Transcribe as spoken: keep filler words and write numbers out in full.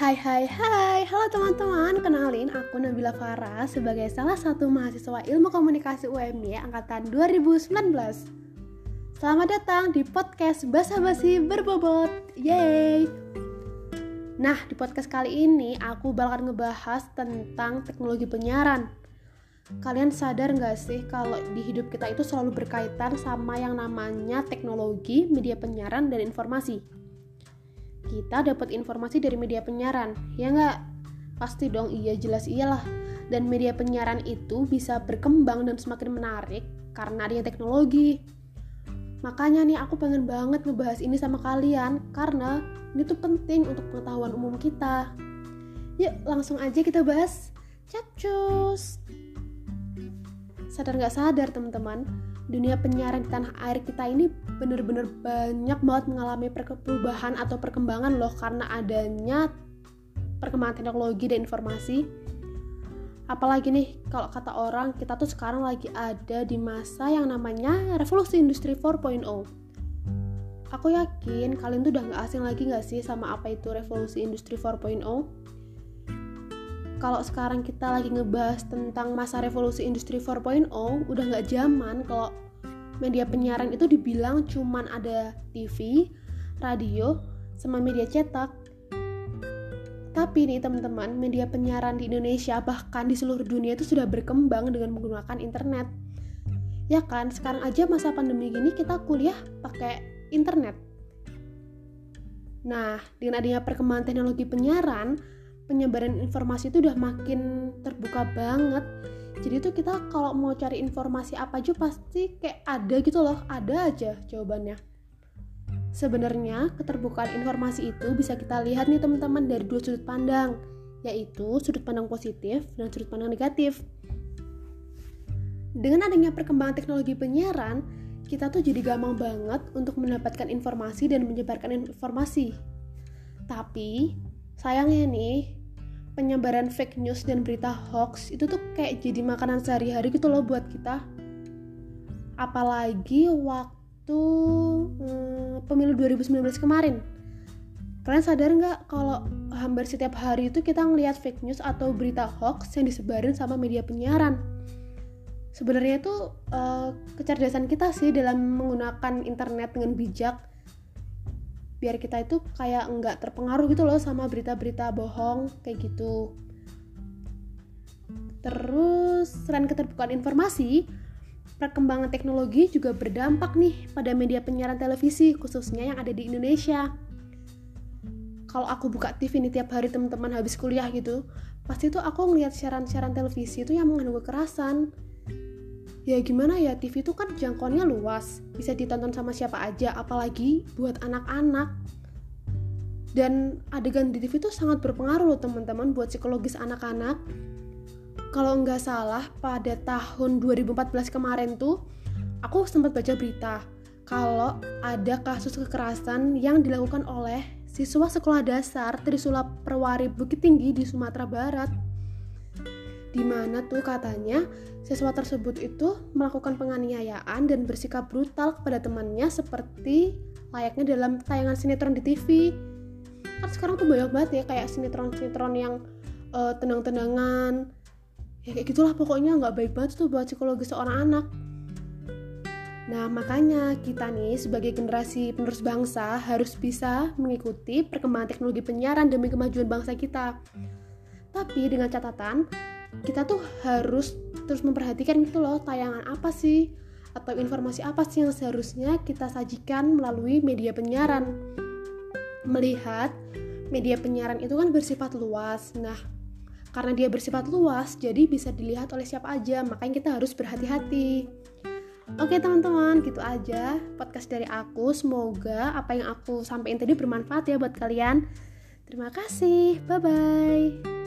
Hai hai hai, halo teman-teman, kenalin aku Nabila Farah sebagai salah satu mahasiswa Ilmu Komunikasi U M Y angkatan dua ribu sembilan belas. Selamat datang di podcast Basa-basi Berbobot, yeay! Nah, di podcast kali ini aku bakal ngebahas tentang teknologi penyiaran. Kalian sadar gak sih kalau di hidup kita itu selalu berkaitan sama yang namanya teknologi, media penyiaran, dan informasi. Kita dapat informasi dari media penyiaran, ya nggak? Pasti dong, iya jelas iyalah. Dan media penyiaran itu bisa berkembang dan semakin menarik karena adanya teknologi. Makanya nih aku pengen banget ngebahas ini sama kalian karena ini tuh penting untuk pengetahuan umum kita. Yuk langsung aja kita bahas. Capcus. Sadar nggak sadar teman-teman, dunia penyiaran di tanah air kita ini bener-bener banyak banget mengalami perubahan atau perkembangan loh karena adanya perkembangan teknologi dan informasi. Apalagi nih kalau kata orang, kita tuh sekarang lagi ada di masa yang namanya revolusi industri empat titik nol. Aku yakin kalian tuh udah gak asing lagi gak sih sama apa itu revolusi industri empat titik nol. Kalau sekarang kita lagi ngebahas tentang masa revolusi industri empat titik nol, udah gak zaman kalau media penyiaran itu dibilang cuman ada T V, radio, sama media cetak. Tapi nih teman-teman, media penyiaran di Indonesia bahkan di seluruh dunia itu sudah berkembang dengan menggunakan internet. Ya kan, sekarang aja masa pandemi gini kita kuliah pakai internet. Nah, dengan adanya perkembangan teknologi penyiaran, penyebaran informasi itu udah makin terbuka banget. Jadi tuh kita kalau mau cari informasi apa aja pasti kayak ada gitu loh, ada aja jawabannya. Sebenarnya keterbukaan informasi itu bisa kita lihat nih teman-teman dari dua sudut pandang, yaitu sudut pandang positif dan sudut pandang negatif. Dengan adanya perkembangan teknologi penyiaran, kita tuh jadi gampang banget untuk mendapatkan informasi dan menyebarkan informasi. Tapi sayangnya nih, penyebaran fake news dan berita hoax itu tuh kayak jadi makanan sehari-hari gitu loh buat kita. Apalagi waktu hmm, pemilu dua ribu sembilan belas kemarin. Kalian sadar nggak kalau hampir setiap hari itu kita ngelihat fake news atau berita hoax yang disebarin sama media penyiaran. Sebenarnya itu uh, kecerdasan kita sih dalam menggunakan internet dengan bijak, biar kita itu kayak nggak terpengaruh gitu loh sama berita-berita bohong kayak gitu. Terus selain keterbukaan informasi, perkembangan teknologi juga berdampak nih pada media penyiaran televisi khususnya yang ada di Indonesia. Kalau aku buka T V nih tiap hari teman-teman habis kuliah gitu, pasti tuh aku ngeliat siaran-siaran televisi itu yang mengandung kekerasan. Ya gimana ya, T V itu kan jangkauannya luas, bisa ditonton sama siapa aja, apalagi buat anak-anak. Dan adegan di T V itu sangat berpengaruh loh teman-teman buat psikologis anak-anak. Kalau nggak salah pada tahun dua ribu empat belas kemarin tuh, aku sempat baca berita kalau ada kasus kekerasan yang dilakukan oleh siswa sekolah dasar Trisula Perwari Bukit Tinggi di Sumatera Barat. Di mana tuh katanya siswa tersebut itu melakukan penganiayaan dan bersikap brutal kepada temannya seperti layaknya dalam tayangan sinetron di T V. Kan sekarang tuh banyak banget ya kayak sinetron-sinetron yang uh, tenang-tenangan. Ya kayak gitulah pokoknya, nggak baik banget tuh buat psikologi seorang anak. Nah makanya kita nih sebagai generasi penerus bangsa harus bisa mengikuti perkembangan teknologi penyiaran demi kemajuan bangsa kita. Tapi dengan catatan, kita tuh harus terus memperhatikan gitu loh, tayangan apa sih atau informasi apa sih yang seharusnya kita sajikan melalui media penyiaran. Melihat media penyiaran itu kan bersifat luas. Nah, karena dia bersifat luas, jadi bisa dilihat oleh siapa aja, makanya kita harus berhati-hati. Oke teman-teman, gitu aja podcast dari aku. Semoga apa yang aku sampaikan tadi bermanfaat ya buat kalian. Terima kasih, bye-bye.